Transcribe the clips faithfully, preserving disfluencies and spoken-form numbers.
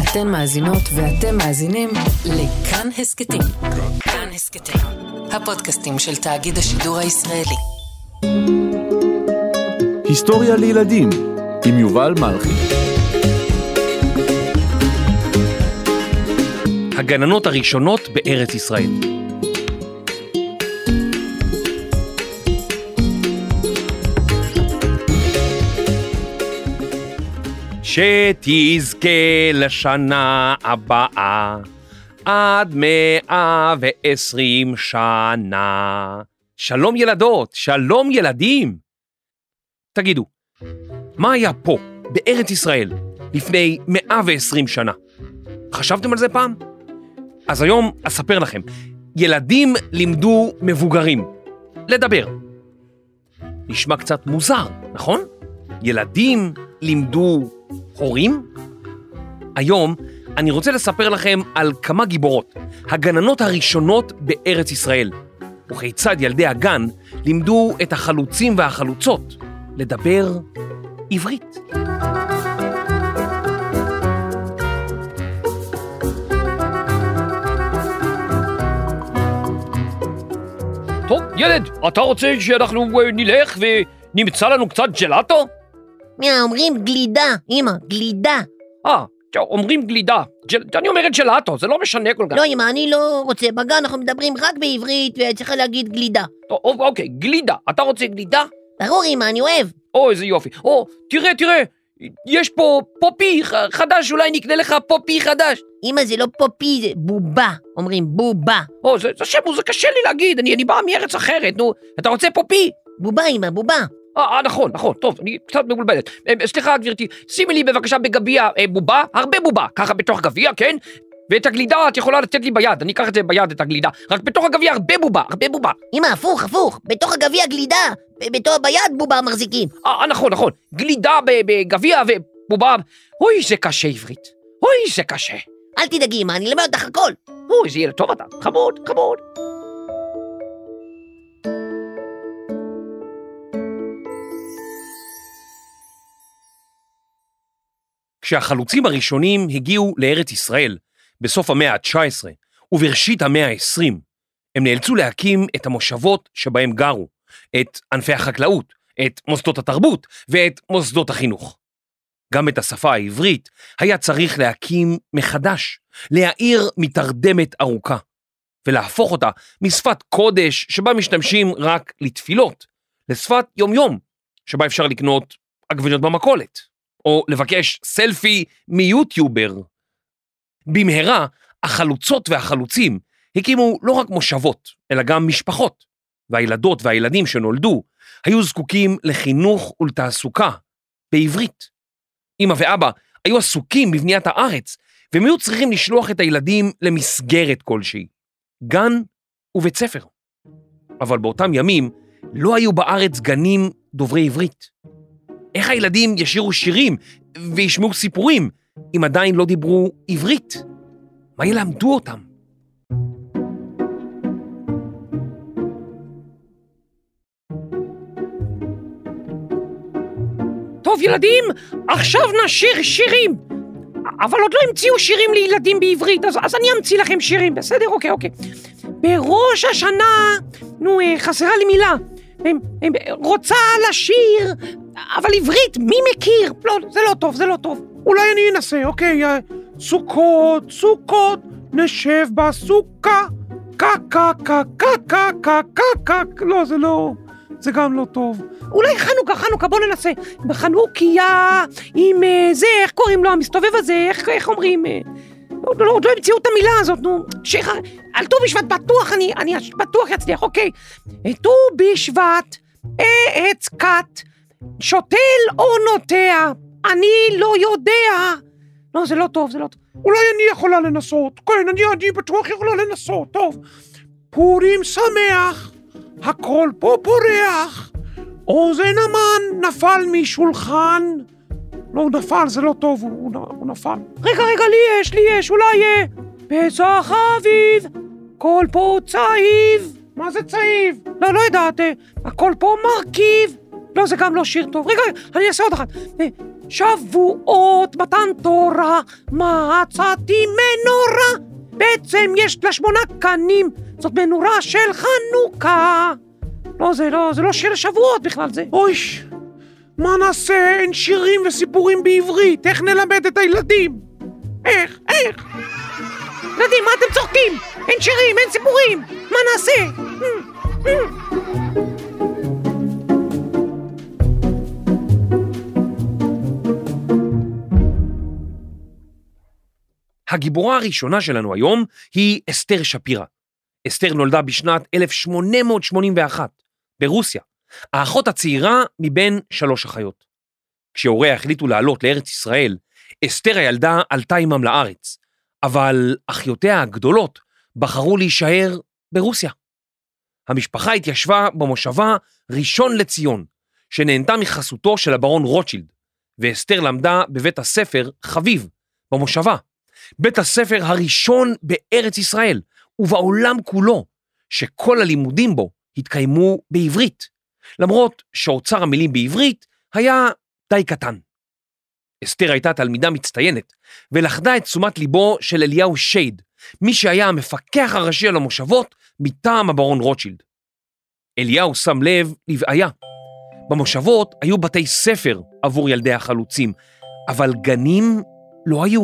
אתן מאזינות ואתם מאזינים לכאן הסקטים. כאן הסקטים, הפודקאסטים של תאגיד השידור הישראלי. היסטוריה לילדים עם יובל מלכי. הגננות הראשונות בארץ ישראל. שתזכה לשנה הבאה עד מאה ועשרים שנה. שלום ילדות, שלום ילדים. תגידו, מה היה פה בארץ ישראל לפני מאה ועשרים שנה? חשבתם על זה פעם? אז היום אספר לכם. ילדים לימדו מבוגרים לדבר. נשמע קצת מוזר, נכון? ילדים לימדו הורים? היום אני רוצה לספר לכם על כמה גיבורות, הגננות הראשונות בארץ ישראל, וכיצד ילדי הגן לימדו את החלוצים והחלוצות לדבר עברית. טוב, ילד, אתה רוצה שאנחנו נלך ונמצא לנו קצת ג'לאטו? מה, אומרים גלידה, אמא, גלידה. אה, אומרים גלידה. אני אומרת ג'לאטו, זה לא משנה כל כך. לא, אמא, אני לא רוצה. בגן אנחנו מדברים רק בעברית וצריכה להגיד גלידה. אוקיי, גלידה. אתה רוצה גלידה? ברור, אמא, אני אוהב. או, איזה יופי. או, תראה, תראה, יש פה פופי חדש, אולי נקנה לך פופי חדש. אמא, זה לא פופי, זה בובה. אומרים בובה. או, זה שם, זה קשה לי להגיד, אני באה מארץ אחרת, נו. אתה רוצה פופי? בובה, אמא, בובה. אה, נכון, נכון, טוב, אני קצת מבולבלת. סליחה, גברתי, שימי לי בבקשה בגביע בובה, הרבה בובה, ככה בתוך הגביע, כן? ואת הגלידה את יכולה לתת לי ביד, אני אקח את זה ביד, את הגלידה, רק בתוך הגביע הרבה בובה, הרבה בובה. אמא, הפוך, הפוך, בתוך הגביע גלידה, בתוך ביד בובה מחזיקים. אה, נכון, נכון, גלידה בגביע ובובה, אוי, זה קשה עברית, אוי, זה קשה. אל תדאגי, אמא, אני אלמד אותך הכל. אוי, זה ילד טוב אתה, חמוד, חמוד. כשהחלוצים הראשונים הגיעו לארץ ישראל בסוף המאה ה-תשע עשרה ובראשית המאה ה-עשרים, הם נאלצו להקים את המושבות שבהם גרו, את ענפי החקלאות, את מוסדות התרבות ואת מוסדות החינוך. גם את השפה העברית היה צריך להקים מחדש, להאיר מתרדמת ארוכה, ולהפוך אותה משפת קודש שבה משתמשים רק לתפילות, לשפת יום-יום שבה אפשר לקנות עגבניות במכולת. או לבקש סלפי מיוטיובר. במהרה, החלוצות והחלוצים הקימו לא רק מושבות, אלא גם משפחות, והילדות והילדים שנולדו היו זקוקים לחינוך ולתעסוקה בעברית. אמא ואבא היו עסוקים בבניית הארץ, והם היו צריכים לשלוח את הילדים למסגרת כלשהי, גן ובית ספר. אבל באותם ימים לא היו בארץ גנים דוברי עברית. איך הילדים ישירו שירים וישמעו סיפורים אם עדיין לא דיברו עברית? מה ילמדו אותם? טוב ילדים, עכשיו נשיר שירים. אבל עוד לא המציאו שירים לילדים בעברית, אז, אז אני אמציא לכם שירים, בסדר? אוקיי, אוקיי. בראש השנה, נו, חסרה לי מילה. רוצה לשיר, אבל עברית, מי מכיר? לא, זה לא טוב, זה לא טוב. אולי אני אנסה, אוקיי. סוכות, סוכות, נשב בסוכה. קה, קה, קה, קה, קה, קה, קה, קה. לא, זה לא, זה גם לא טוב. אולי חנוכה, חנוכה, בוא ננסה. בחנוכיה, עם זה, איך קוראים לו, המסתובב הזה, איך, איך אומרים? עוד לא, עוד לא המציאו את המילה הזאת, נו. שחר, על ט"ו בשבט בטוח, אני, אני בטוח יצליח, אוקיי. ט"ו בשבט, עץ קט, שותל או נוטע, אני לא יודע. לא, זה לא טוב, זה לא טוב. אולי אני יכולה לנסות, כן, אני, אני בטוח יכולה לנסות, טוב. פורים שמח, הכל פה פורח, אוזן המן נפל משולחן. לא, הוא נפל, זה לא טוב, הוא, הוא נפל. רגע, רגע, לי יש, לי יש, אולי יהיה. פסח אביב, כל פה צהיב. מה זה צהיב? לא, לא יודעת, הכל פה מרכיב. לא, זה גם לא שיר טוב. רגע, אני אעשה עוד אחת. שבועות, מתן תורה, מצאתי מנורה. בעצם יש לה שמונה קנים, זאת מנורה של חנוכה. לא, זה לא, זה לא שיר שבועות בכלל זה. אוי, מה נעשה? אין שירים וסיפורים בעברית, איך נלמד את הילדים? איך? איך? ילדים, מה אתם צוחקים? אין שירים, אין סיפורים, מה נעשה? הגיבורה הראשונה שלנו היום היא אסתר שפירא. אסתר נולדה בשנת אלף שמונה מאות שמונים ואחת, ברוסיה, האחות הצעירה מבין שלוש אחיות. כשהוריה החליטו לעלות לארץ ישראל, אסתר הילדה עלתה עמם לארץ, אבל אחיותיה הגדולות בחרו להישאר ברוסיה. המשפחה התיישבה במושבה ראשון לציון, שנהנתה מחסותו של הברון רוטשילד, ואסתר למדה בבית הספר חביב, במושבה, בית הספר הראשון בארץ ישראל ובעולם כולו, שכל הלימודים בו התקיימו בעברית, למרות שאוצר המילים בעברית היה די קטן. אסתר הייתה תלמידה מצטיינת, ולכדה את תשומת ליבו של אליהו שייד, מי שהיה המפקח הראשי על המושבות מטעם הברון רוטשילד. אליהו שם לב לבעיה. במושבות היו בתי ספר עבור ילדי החלוצים, אבל גנים לא היו.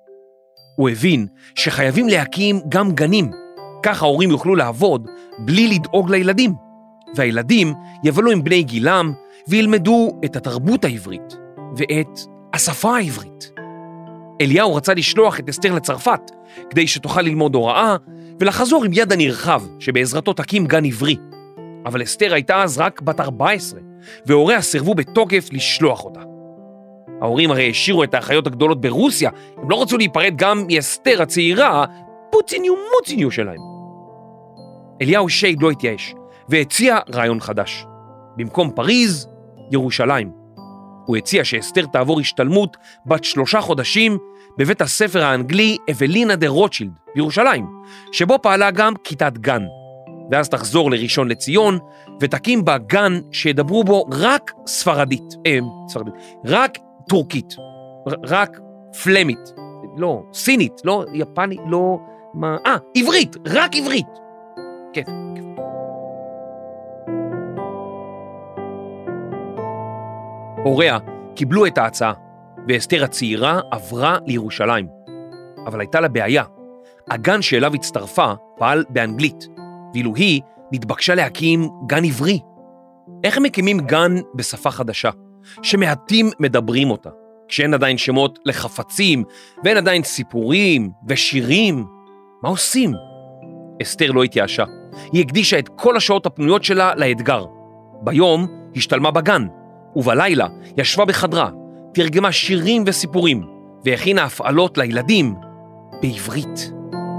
הוא הבין שחייבים להקים גם גנים, כך ההורים יוכלו לעבוד בלי לדאוג לילדים, והילדים יבלו עם בני גילם וילמדו את התרבות העברית ואת השפה העברית. אליהו רצה לשלוח את אסתר לצרפת כדי שתוכל ללמוד הוראה ולחזור עם יד הנרחב שבעזרתו תקים גן עברי. אבל אסתר הייתה אז רק בת ארבע עשרה, והוריה סירבו בתוקף לשלוח אותה. ההורים הרי השאירו את האחיות הגדולות ברוסיה, הם לא רצו להיפרד גם מאסתר הצעירה, פוציניו מוציניו שלהם. אליהו שייד לא התייאש, והציע רעיון חדש. במקום פריז, ירושלים. הוא הציע שאסתר תעבור השתלמות בת שלושה חודשים בבית הספר האנגלי אבלינה דה רוטשילד בירושלים, שבו פעלה גם כיתת גן. ואז תחזור לראשון לציון ותקים בה גן שידברו בו רק ספרדית, אה, ספרדית, רק טורקית, רק פלמית, לא, סינית, לא יפנית, לא, מה, אה, עברית, רק עברית. כן. הוריה קיבלו את ההצעה, ואסתר הצעירה עברה לירושלים. אבל הייתה לה בעיה. הגן שאליו הצטרפה פעל באנגלית, ואילו היא נתבקשה להקים גן עברי. איך הם מקימים גן בשפה חדשה, שמעטים מדברים אותה, כשאין עדיין שמות לחפצים, ואין עדיין סיפורים ושירים? מה עושים? אסתר לא התייאשה. היא הקדישה את כל השעות הפנויות שלה לאתגר. ביום השתלמה בגן, ובלילה ישבה בחדרה, תרגמה שירים וסיפורים, והכינה הפעלות לילדים בעברית.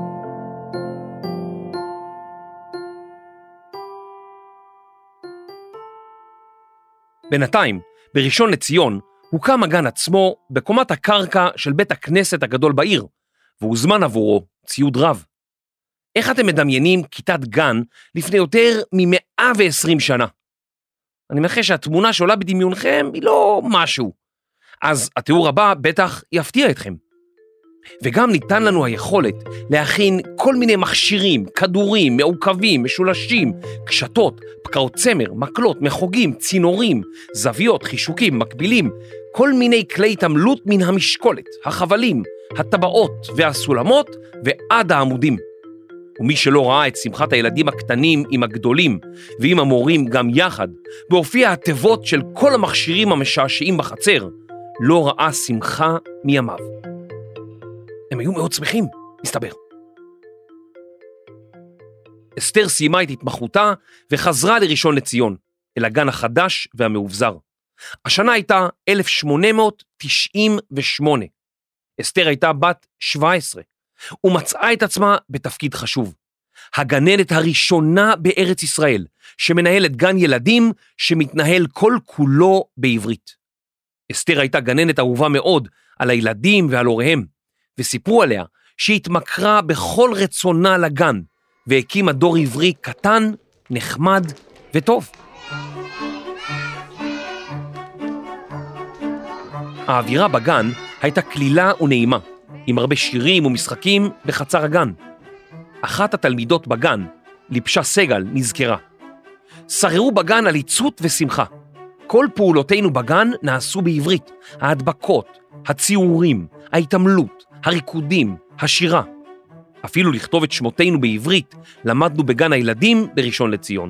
בינתיים, בראשון לציון, הוקם הגן עצמו בקומת הקרקע של בית הכנסת הגדול בעיר, והוזמן עבורו ציוד רב. איך אתם מדמיינים כיתת גן לפני יותר מ-מאה ועשרים שנה? אני מנחש שהתמונה שעולה בדמיונכם היא לא משהו. אז התיאור הבא בטח יפתיע אתכם. וגם ניתן לנו היכולת להכין כל מיני מכשירים, כדורים, מעוקבים, משולשים, קשתות, פקעות צמר, מקלות, מחוגים, צינורים, זוויות, חישוקים, מקבילים, כל מיני כלי התעמלות מן המשקולת, החבלים, הטבעות והסולמות ועד העמודים. ומי שלא ראה את שמחת הילדים הקטנים עם הגדולים ועם המורים גם יחד, בהופיע הטבות של כל המכשירים המשעשעים בחצר, לא ראה שמחה מימיו. הם היו מאוד שמחים, מסתבר. אסתר סיימה את התמחותה וחזרה לראשון לציון, אל הגן החדש והמאובזר. השנה הייתה אלף שמונה מאות תשעים ושמונה. אסתר הייתה בת שבע עשרה, ומצאה את עצמה בתפקיד חשוב. הגננת הראשונה בארץ ישראל, שמנהלת גן ילדים שמתנהל כל כולו בעברית. אסתר הייתה גננת אהובה מאוד על הילדים ועל הוריהם, וסיפרו עליה שהיא התמכרה בכל רצונה לגן, והקימה דור עברי קטן, נחמד וטוב. האווירה בגן הייתה כלילה ונעימה, עם הרבה שירים ומשחקים בחצר הגן. אחת התלמידות בגן, ליפשה סגל, נזכרה. שררו בגן עליצות ושמחה. כל פעולותינו בגן נעשו בעברית. ההדבקות, הציורים, ההתעמלות, הריקודים, השירה. אפילו לכתוב את שמותינו בעברית למדנו בגן הילדים בראשון לציון.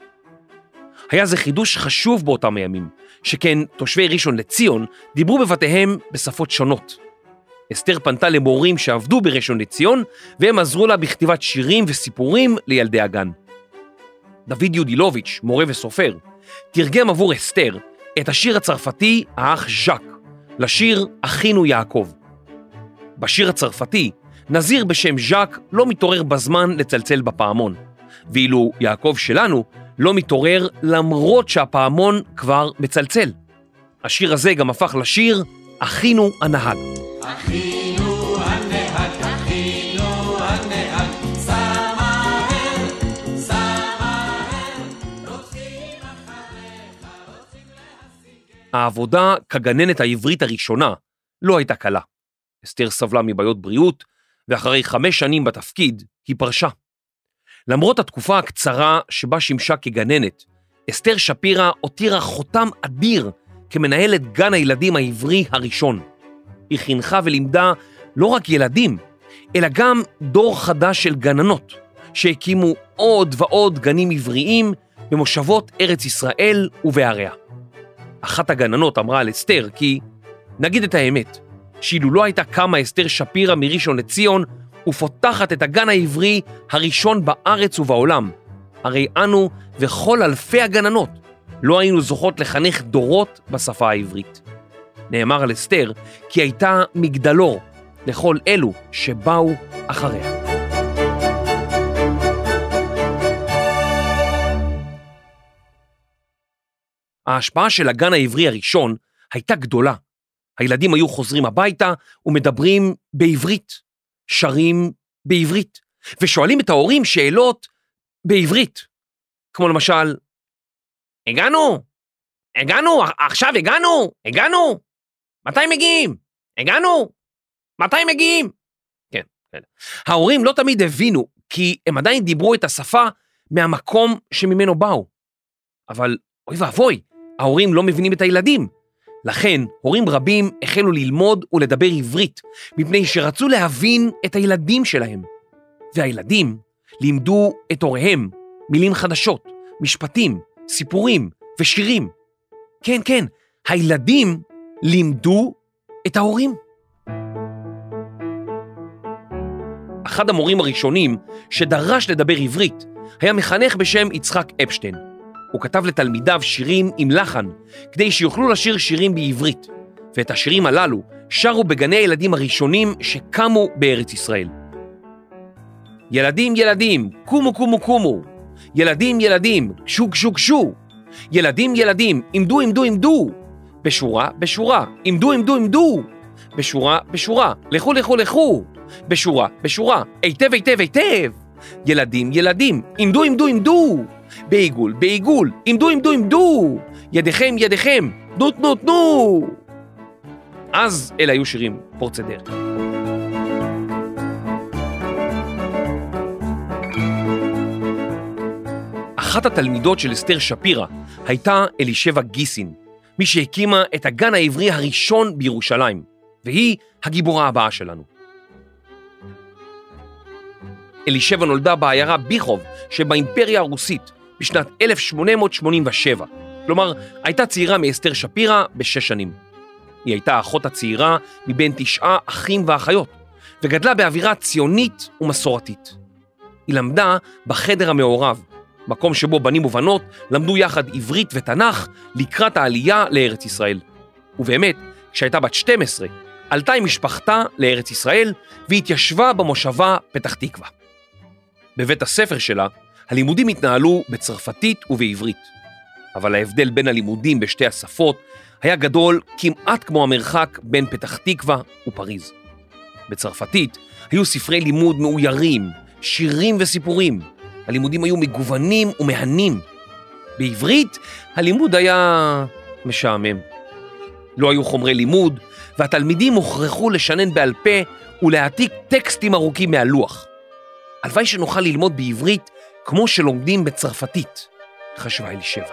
היה זה חידוש חשוב באותם הימים, שכן תושבי ראשון לציון דיברו בבתיהם בשפות שונות. אסתר פנתה למורים שעבדו בראשון לציון, והם עזרו לה בכתיבת שירים וסיפורים לילדי הגן. דוד יודילוביץ', מורה וסופר, תרגם עבור אסתר את השיר הצרפתי האח ז'אק, לשיר אחינו יעקב. בשיר הצרפתי, נזיר בשם ז'אק לא מתעורר בזמן לצלצל בפעמון, ואילו יעקב שלנו לא מתעורר למרות שהפעמון כבר מצלצל. השיר הזה גם הפך לשיר אחינו הנהג. אחינו הנהג, אחינו הנהג, סע מהר, סע מהר, רוצים אחריך, רוצים להשיג. העבודה כגננת העברית הראשונה לא הייתה קלה. אסתר סבלה מבעיות בריאות, ואחרי חמש שנים בתפקיד היא פרשה. למרות התקופה הקצרה שבה שימשה כגננת, אסתר שפירא הותירה חותם אדיר כמנהלת גן הילדים העברי הראשון. היא חינכה ולימדה לא רק ילדים, אלא גם דור חדש של גננות, שהקימו עוד ועוד גנים עבריים במושבות ארץ ישראל ובעריה. אחת הגננות אמרה על אסתר כי, נגיד את האמת, שאילו לא הייתה קמה אסתר שפירא מראשון לציון ופותחת את הגן העברי הראשון בארץ ובעולם, הרי אנו וכל אלפי הגננות לא היינו זוכות לחנך דורות בשפה העברית. נאמר על אסתר כי הייתה מגדלור לכל אלו שבאו אחריה. ההשפעה של הגן העברי הראשון הייתה גדולה. הילדים היו חוזרים הביתה ומדברים בעברית, שרים בעברית, ושואלים את ההורים שאלות בעברית. כמו למשל, הגענו? הגענו? עכשיו הגענו? הגענו? מתי מגיעים? הגענו? מתי מגיעים? כן, כן. ההורים לא תמיד הבינו, כי הם עדיין דיברו את השפה מהמקום שממנו באו. אבל אוי ואבוי, ההורים לא מבינים את הילדים. לכן, הורים רבים החלו ללמוד ולדבר עברית, מפני שרצו להבין את הילדים שלהם. והילדים לימדו את הוריהם מילים חדשות, משפטים, סיפורים ושירים. כן, כן, הילדים לימדו את ההורים. אחד המורים הראשונים שדרש לדבר עברית היה מחנך בשם יצחק אפשטיין. הוא כתב לתלמידיו שירים עם לחן, כדי שיוכלו לשיר שירים בעברית, ואת השירים הללו שרו בגני הילדים הראשונים שקמו בארץ ישראל. ילדים ילדים, קומו קומו קומו, ילדים ילדים, שו שו שו, ילדים ילדים, עמדו עמדו עמדו, בשורה בשורה, עמדו עמדו עמדו, בשורה בשורה, לכו לכו לכו, בשורה בשורה, היטב היטב היטב, ילדים ילדים, עמדו עמדו עמדו, בעיגול, בעיגול, עמדו, עמדו, עמדו, ידיכם, ידיכם, תנו, תנו, תנו. אז אלה היו שירים פורצי דרך. אחת התלמידות של אסתר שפירא הייתה אלישבע גיסין, מי שהקימה את הגן העברי הראשון בירושלים, והיא הגיבורה הבאה שלנו. אלישבע נולדה בעיירה ביחוב שבאימפריה הרוסית, בשנת אלף שמונה מאות שמונים ושבע, כלומר, הייתה צעירה מאסתר שפירא בשש שנים. היא הייתה האחות הצעירה מבין תשעה אחים ואחיות, וגדלה באווירה ציונית ומסורתית. היא למדה בחדר המעורב, מקום שבו בנים ובנות למדו יחד עברית ותנ"ך לקראת העלייה לארץ ישראל. ובאמת, כשהייתה בת שתים עשרה, עלתה עם משפחתה לארץ ישראל, והתיישבה במושבה פתח תקווה. בבית הספר שלה, הלימודים התנהלו בצרפתית ובעברית, אבל ההבדל בין הלימודים בשתי השפות היה גדול כמעט כמו המרחק בין פתח תקווה ופריז. בצרפתית היו ספרי לימוד מאוירים, שירים וסיפורים. הלימודים היו מגוונים ומהנים. בעברית הלימוד היה משעמם. לא היו חומרי לימוד, והתלמידים הוכרחו לשנן בעל פה ולהעתיק טקסטים ארוכים מהלוח. הלוואי שנוכל ללמוד בעברית כמו שלומדים בצרפתית, חשבה אלישבע.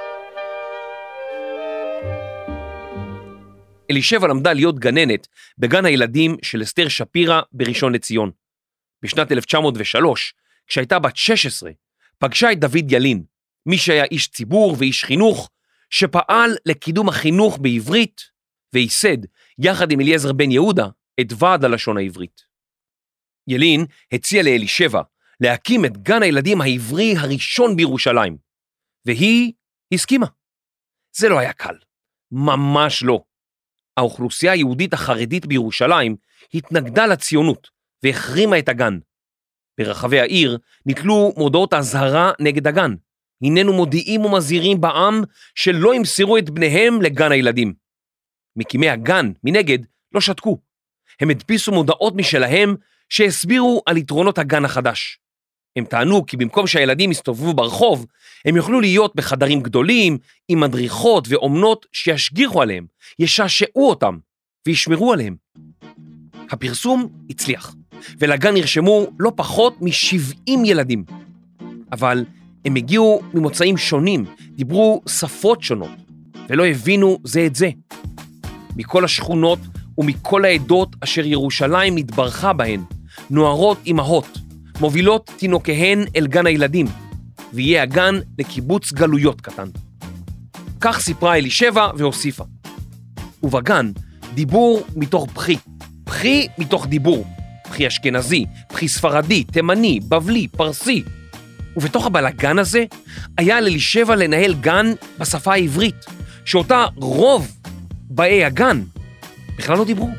אלישבע למדה להיות גננת בגן הילדים של אסתר שפירא בראשון לציון. בשנת אלף תשע מאות ושלוש, כשהייתה בת שש עשרה, פגשה את דוד ילין, מי שהיה איש ציבור ואיש חינוך, שפעל לקידום החינוך בעברית, וייסד, יחד עם אליעזר בן יהודה, את ועד הלשון העברית. ילין הציע לאלישבע להקים את גן הילדים העברי הראשון בירושלים, והיא הסכימה. זה לא היה קל, ממש לא. האוכלוסייה היהודית החרדית בירושלים התנגדה לציונות והחרימה את הגן. ברחבי העיר נתלו מודעות אזהרה נגד הגן. הננו מודיעים ומזהירים בעם שלא ימסרו את בניהם לגן הילדים. מקימי הגן, מנגד, לא שתקו. הם הדפיסו מודעות משלהם שהסבירו על יתרונות הגן החדש. הם טענו כי במקום שהילדים יסתובבו ברחוב, הם יוכלו להיות בחדרים גדולים, עם מדריכות ואומנות שישגיחו עליהם, ישעשעו אותם וישמרו עליהם. הפרסום הצליח, ולגן נרשמו לא פחות מ-שבעים ילדים. אבל הם הגיעו ממוצאים שונים, דיברו שפות שונות, ולא הבינו זה את זה. מכל השכונות ומכל העדות אשר ירושלים נתברכה בהן, נוערות אמהות, מובילות תינוקיהן אל גן הילדים, ויהיה הגן לקיבוץ גלויות קטן. כך סיפרה אלישבע והוסיפה. ובגן דיבור מתוך פחי, פחי מתוך דיבור, פחי אשכנזי, פחי ספרדי, תימני, בבלי, פרסי. ובתוך הבלגן הזה היה לאלישבע לנהל גן בשפה העברית, שאותה רוב באי הגן בכלל לא דיברו.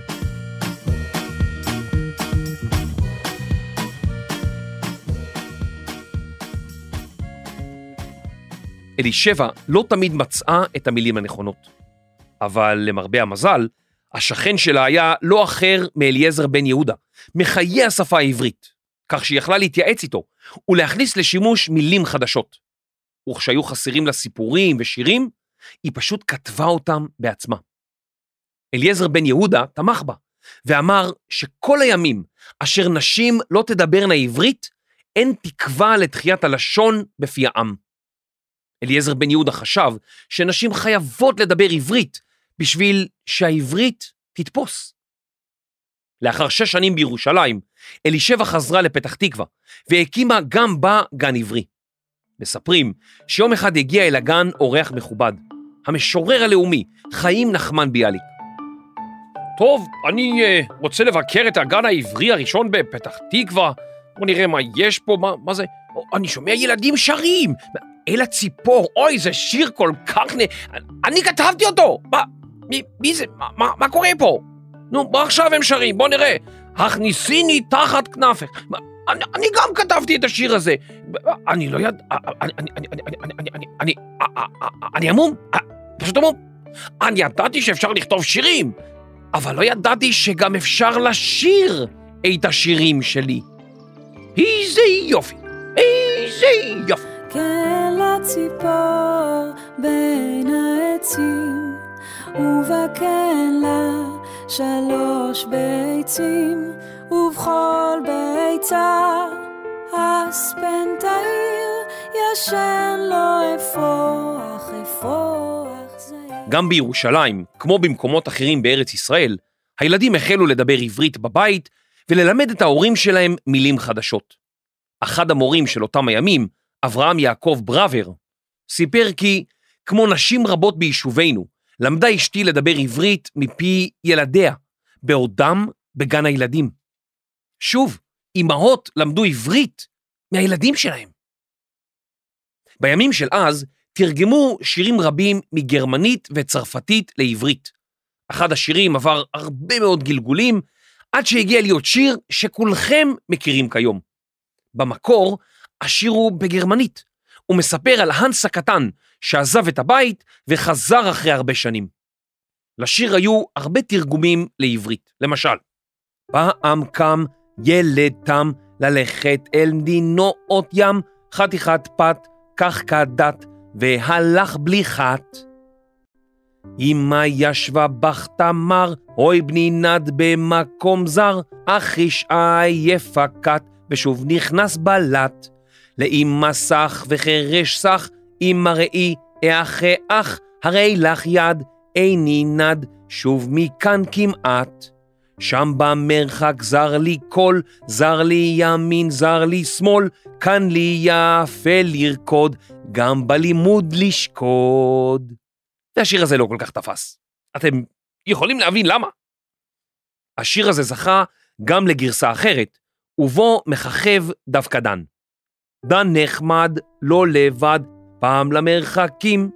אלישבע לא תמיד מצאה את המילים הנכונות, אבל למרבה המזל, השכן שלה היה לא אחר מאליעזר בן יהודה, מחיי השפה העברית, כך שהיא יכלה להתייעץ איתו ולהכניס לשימוש מילים חדשות. וכשהיו חסרים לה סיפורים ושירים, היא פשוט כתבה אותם בעצמה. אליעזר בן יהודה תמך בה, ואמר שכל הימים אשר נשים לא תדברנה עברית, אין תקווה לתחיית הלשון בפי העם. אליעזר בן יהודה חשב שנשים חייבות לדבר עברית, בשביל שהעברית תתפוס. לאחר שש שנים בירושלים, אלישבע חזרה לפתח תקווה, והקימה גם בה גן עברי. מספרים שיום אחד הגיע אל הגן אורח מכובד, המשורר הלאומי, חיים נחמן ביאליק. טוב, אני uh, רוצה לבקר את הגן העברי הראשון בפתח תקווה. בוא נראה מה יש פה, מה, מה זה? Oh, אני שומע ילדים שרים, אל הציפור, אוי, זה שיר כל כך נ... אני כתבתי אותו! מה, מי, מי זה? מה, מה, מה קורה פה? נו, מה עכשיו הם שרים? בוא נראה. הכניסיני תחת כנפך. אני, אני גם כתבתי את השיר הזה. אני לא יד... אני, אני, אני, אני, אני, אני, אני, אני אמום? פשוט אמום. אני ידעתי שאפשר לכתוב שירים, אבל לא ידעתי שגם אפשר לשיר את השירים שלי. איזה יופי, איזה יופי. כן לציפור בין העצים, ובכן לה שלוש ביצים, ובכל ביצה הספנתאיר ישן לו אפוח, אפוח זה. גם בירושלים, כמו במקומות אחרים בארץ ישראל, הילדים החלו לדבר עברית בבית וללמד את ההורים שלהם מילים חדשות. אחד המורים של אותם הימים, אברהם יעקב ברוור, סיפר כי, כמו נשים רבות ביישובינו, למדה אשתי לדבר עברית מפי ילדיה, בעודם בגן הילדים. שוב, אמהות למדו עברית מהילדים שלהם. בימים של אז תרגמו שירים רבים מגרמנית וצרפתית לעברית. אחד השירים עבר הרבה מאוד גלגולים, עד שהגיע להיות שיר שכולכם מכירים כיום. במקור, השיר הוא בגרמנית. הוא מספר על הנס הקטן שעזב את הבית וחזר אחרי הרבה שנים. לשיר היו הרבה תרגומים לעברית. למשל, פעם קם ילד תם ללכת אל מדינות ים, חתיכת פת, כך כדת, והלך בלי חת. אמא ישבה בך תמר, אוי בני נד במקום זר, אך אישה יפקת, ושוב נכנס בלט. לאמא סך וחרש סך, אמא ראי, אח אח, הרי לך יד, איני נד, שוב מכאן כמעט. שם במרחק זר לי קול, זר לי ימין, זר לי שמאל, כאן לי יפה לרקוד, גם בלימוד לשקוד. והשיר הזה לא כל כך תפס. אתם יכולים להבין למה? השיר הזה זכה גם לגרסה אחרת, ובו מחכב דווקא דן. דן נחמד, לא לבד, פעם למרחקים.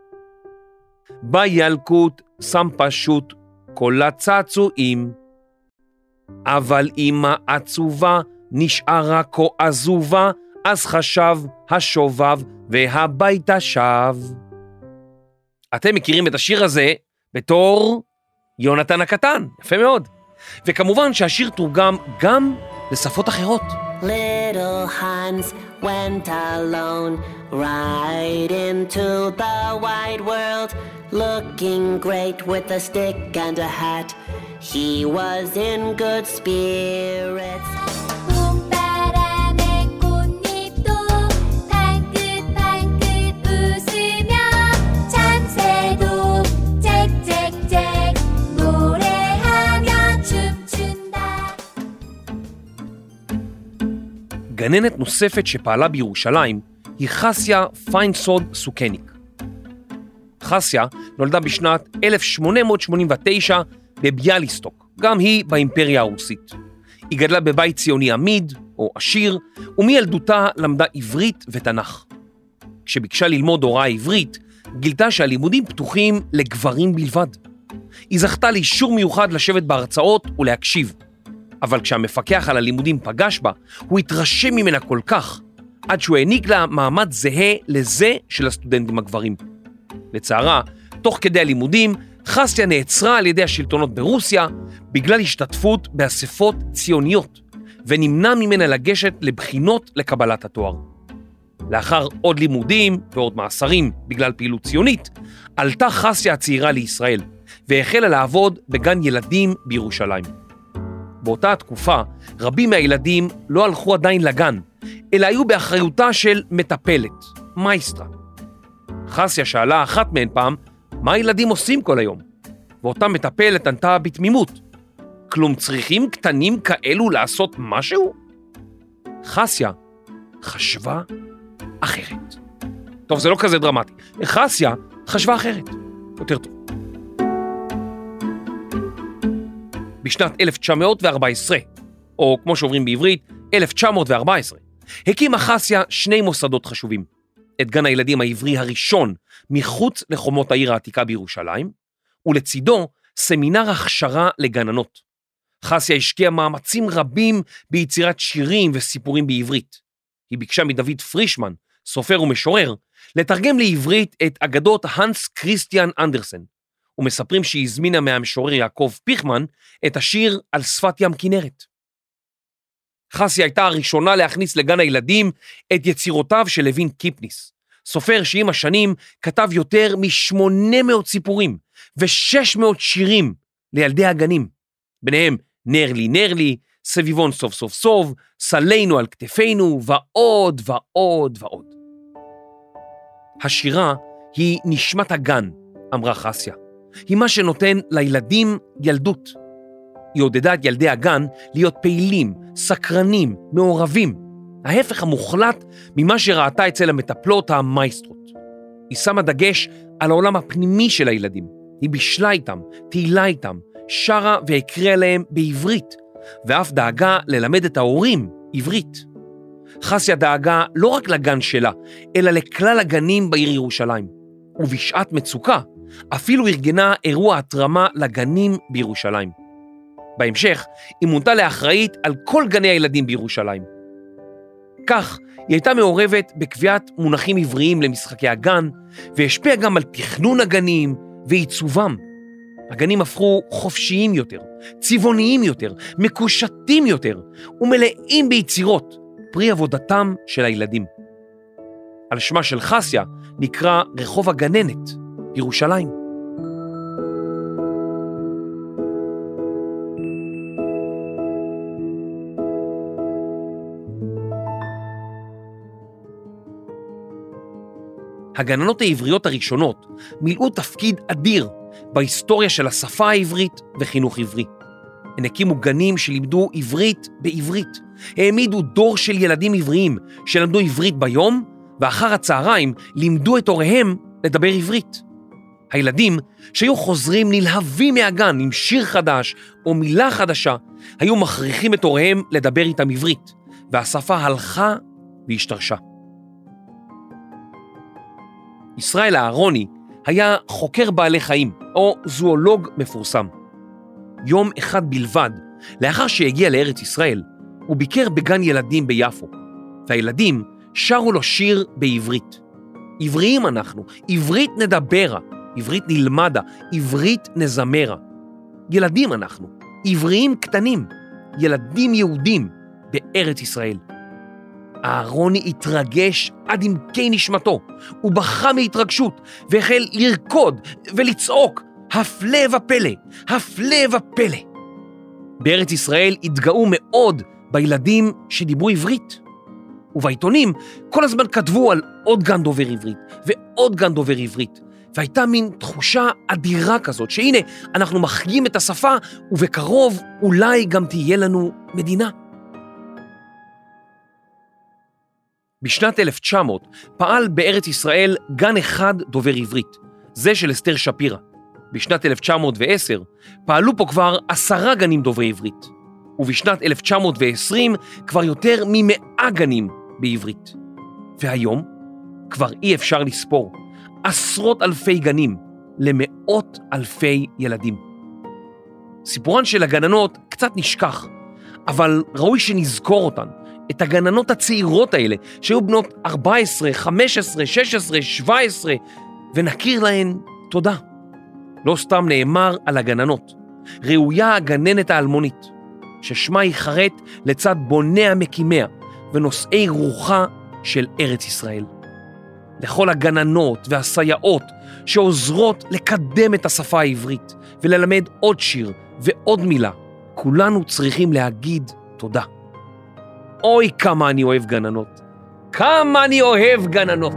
בילקוט שם פשוט כל הצעצועים. אבל אמא עצובה נשארה כה עזובה, אז חשב השובב והביתה שב. אתם מכירים את השיר הזה בתור יונתן הקטן, יפה מאוד. וכמובן שהשיר תורגם גם לשפות אחרות. Little Hans went alone right into the wide world, looking great with a stick and a hat. He was in good spirits. גננת נוספת שפעלה בירושלים היא חסיה פיינסוד סוכניק. חסיה נולדה בשנת אלף שמונה מאות שמונים ותשע בביאליסטוק, גם היא באימפריה הרוסית. היא גדלה בבית ציוני עמיד או עשיר, ומילדותה למדה עברית ותנ"ך. כשביקשה ללמוד הוראה עברית, גילתה שהלימודים פתוחים לגברים בלבד. היא זכתה לאישור מיוחד לשבת בהרצאות ולהקשיב. אבל כשהמפקח על הלימודים פגש בה, הוא התרשם ממנה כל כך, עד שהוא העניק לה מעמד זהה לזה של הסטודנטים הגברים. לצערה, תוך כדי הלימודים, חסיה נעצרה על ידי השלטונות ברוסיה, בגלל השתתפות באספות ציוניות, ונמנע ממנה לגשת לבחינות לקבלת התואר. לאחר עוד לימודים ועוד מאסרים בגלל פעילות ציונית, עלתה חסיה הצעירה לישראל, והחלה לעבוד בגן ילדים בירושלים. באותה התקופה, רבים מהילדים לא הלכו עדיין לגן, אלא היו באחריותה של מטפלת, מייסטרה. חסיה שאלה אחת מהן פעם, מה הילדים עושים כל היום? ואותה מטפלת ענתה בתמימות, כלום צריכים קטנים כאלו לעשות משהו? חסיה חשבה אחרת. טוב, זה לא כזה דרמטי. חסיה חשבה אחרת. יותר טוב. בשנת אלף תשע מאות וארבע עשרה, או כמו שעוברים בעברית, אלף תשע מאות וארבע עשרה, הקימה חסיה שני מוסדות חשובים. את גן הילדים העברי הראשון מחוץ לחומות העיר העתיקה בירושלים, ולצידו סמינר הכשרה לגננות. חסיה השקיעה מאמצים רבים ביצירת שירים וסיפורים בעברית. היא ביקשה מדוד פרישמן, סופר ומשורר, לתרגם לעברית את אגדות הנס כריסטיאן אנדרסן, ומספרים שהיא הזמינה מהמשורר יעקב פיכמן את השיר על שפת ים כנרת. חסיה הייתה הראשונה להכניס לגן הילדים את יצירותיו של לוין קיפניס, סופר שעם השנים כתב יותר מ-שמונה מאות סיפורים ו-שש מאות שירים לילדי הגנים, ביניהם נר לי נר לי, סביבון סוף סוף סוף, סלינו על כתפינו ועוד ועוד ועוד. השירה היא נשמת הגן, אמרה חסיה. היא מה שנותן לילדים ילדות. היא עודדה את ילדי הגן להיות פעילים, סקרנים, מעורבים, ההפך המוחלט ממה שראתה אצל המטפלות המייסטרות. היא שמה דגש על העולם הפנימי של הילדים. היא בישלה איתם, תהילה איתם, שרה והקריאה להם בעברית, ואף דאגה ללמד את ההורים עברית. חסיה דאגה לא רק לגן שלה, אלא לכלל הגנים בעיר ירושלים. ובשעת מצוקה, אפילו ארגנה אירוע התרמה לגנים בירושלים. בהמשך, היא מונתה לאחראית על כל גני הילדים בירושלים. כך, היא הייתה מעורבת בקביעת מונחים עבריים למשחקי הגן, והשפיעה גם על תכנון הגנים ועיצובם. הגנים הפכו חופשיים יותר, צבעוניים יותר, מקושטים יותר, ומלאים ביצירות, פרי עבודתם של הילדים. על שמה של חסיה נקרא רחוב הגננת בירושלים. הגננות העבריות הראשונות מילאו תפקיד אדיר בהיסטוריה של השפה העברית וחינוך עברי. הן הקימו גנים שלימדו עברית בעברית, העמידו דור של ילדים עבריים שלמדו עברית ביום, ואחר הצהריים לימדו את הוריהם לדבר עברית. הילדים שהיו חוזרים נלהבים מהגן עם שיר חדש או מילה חדשה, היו מכריחים את הוריהם לדבר איתם עברית, והשפה הלכה והשתרשה. ישראל אהרוני היה חוקר בעלי חיים, או זואולוג מפורסם. יום אחד בלבד, לאחר שהגיע לארץ ישראל, הוא ביקר בגן ילדים ביפו, והילדים שרו לו שיר בעברית. עבריים אנחנו, עברית נדברה, עברית נלמדה, עברית נזמרה. ילדים אנחנו, עבריים קטנים, ילדים יהודים בארץ ישראל. אהרוני התרגש עד עמקי נשמתו, הוא בכה מהתרגשות והחל לרקוד ולצעוק, הפלא ופלא, הפלא ופלא. בארץ ישראל התגאו מאוד בילדים שדיברו עברית. ובעיתונים כל הזמן כתבו על עוד גן דובר עברית ועוד גן דובר עברית, והייתה מין תחושה אדירה כזאת שהנה אנחנו מחיים את השפה ובקרוב אולי גם תהיה לנו מדינה. בשנת אלף תשע מאות פעל בארץ ישראל גן אחד דובר עברית, זה של אסתר שפירא. בשנת אלף תשע מאות ועשר פעלו פה כבר עשרה גנים דוברי עברית, ובשנת אלף תשע מאות ועשרים כבר יותר ממאה גנים בעברית. והיום כבר אי אפשר לספור, עשרות אלפי גנים למאות אלפי ילדים. סיפורן של הגננות קצת נשכח, אבל ראוי שנזכור אותן, את הגננות הצעירות האלה, שהיו בנות ארבע עשרה, חמש עשרה, שש עשרה, שבע עשרה, ונכיר להן תודה. לא סתם נאמר על הגננות, ראויה הגננת האלמונית, ששמה יחרט לצד בוניה מקימיה ונושאי רוחה של ארץ ישראל. לכל הגננות והסייעות שעוזרות לקדם את השפה העברית וללמד עוד שיר ועוד מילה, כולנו צריכים להגיד תודה. אוי כמה אני אוהב גננות, כמה אני אוהב גננות.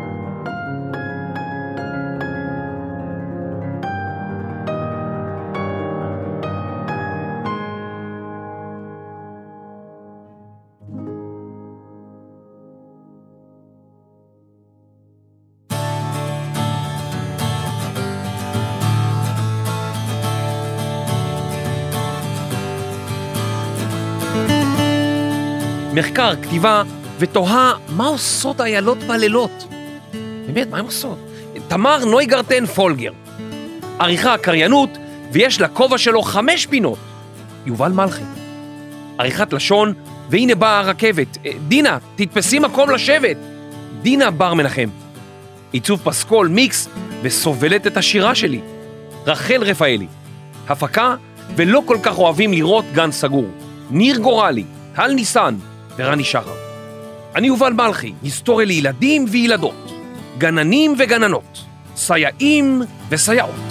מחקר, כתיבה ותוהה מה עושות איילות בלילות. באמת, מה הן עושות? תמר נויגרטן פולגר. עריכה קריינות, ויש לכובע שלו חמש פינות. יובל מלכי. עריכת לשון, והנה באה הרכבת. דינה, תתפסי מקום לשבת. דינה בר מנחם. עיצוב פסקול מיקס, וסובלת את השירה שלי. רחל רפאלי. הפקה, ולא כל כך אוהבים לראות גן סגור. ניר גורלי, טל ניסן, ורני שחר. אני יובל מלכי, היסטוריה לילדים וילדות, גננים וגננות, סייעים וסייעות.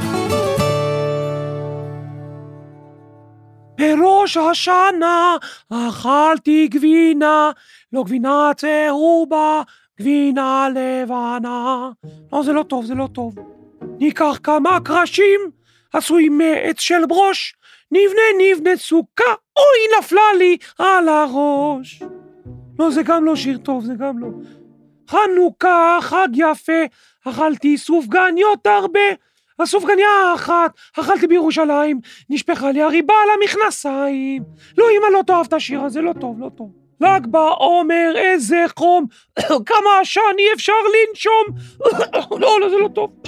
בראש השנה אכלתי גבינה, לא גבינה צהובה, גבינה לבנה. לא, זה לא טוב, זה לא טוב. ניקח כמה קרשים, עשוי מעץ של ברוש, נבנה נבנה סוכה, אוי נפלה לי על הראש. לא, זה גם לא שיר טוב, זה גם לא. חנוכה, חג יפה, אכלתי סופגניות הרבה, הסופגניה האחת, אכלתי בירושלים, נשפחה לי הריבה על המכנסיים. לא, אמא לא תאהב את השיר הזה, לא טוב, לא טוב. ל"ג בעומר, איזה חום, כמה עשן, אי אפשר לנשום. לא, לא, זה לא טוב.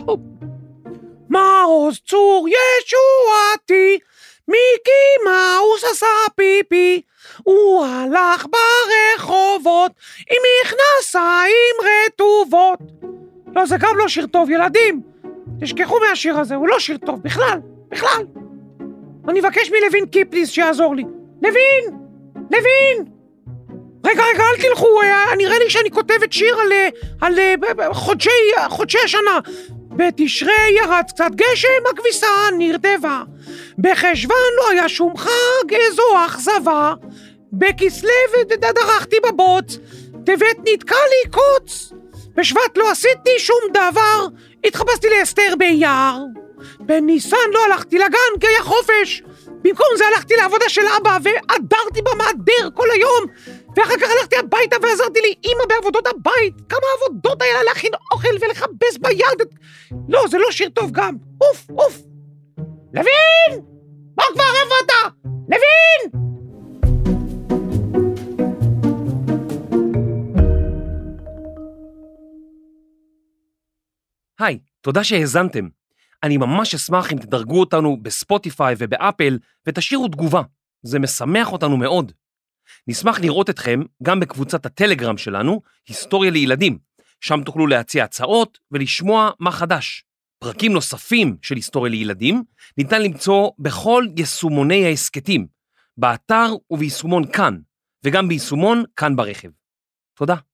מעוז צור ישועתי, מיקי מאוס עשה פיפי, הוא הלך ברחובות עם מכנסיים רטובות. לא, זה גם לא שיר טוב, ילדים. תשכחו מהשיר הזה, הוא לא שיר טוב, בכלל, בכלל. אני מבקש מלווין קיפליס שיעזור לי. לוין! לוין! רגע, רגע, אל תלכו, נראה לי שאני כותבת שיר על, על, על חודשי, חודשי השנה. בתשרי ירד קצת גשם, הכביסה נרטבה. בחשוון לא היה שום חג, איזו אכזבה. בכסלו דרכתי בבוץ, טבת נתקע לי קוץ. בשבט לא עשיתי שום דבר, התחפשתי לאסתר ביער. בניסן לא הלכתי לגן כי היה חופש. במקום זה הלכתי לעבודה של אבא ועדרתי במעדר כל היום. ואחר כך הלכתי הביתה ועזרתי לי אמא בעבודות הבית. כמה עבודות היה לה להכין אוכל ולחבס ביד. לא, זה לא שיר טוב גם. אוף, אוף. לוין! בוא כבר, איפה אתה? לוין! היי, תודה שהאזנתם. אני ממש אשמח אם תדרגו אותנו בספוטיפיי ובאפל ותשאירו תגובה. זה משמח אותנו מאוד. נשמח לראות אתכם גם בקבוצת הטלגרם שלנו, היסטוריה לילדים. שם תוכלו להציע הצעות ולשמוע מה חדש. פרקים נוספים של היסטוריה לילדים ניתן למצוא בכל יישומוני העסקתים, באתר וביישומון כאן, וגם ביישומון כאן ברכב. תודה.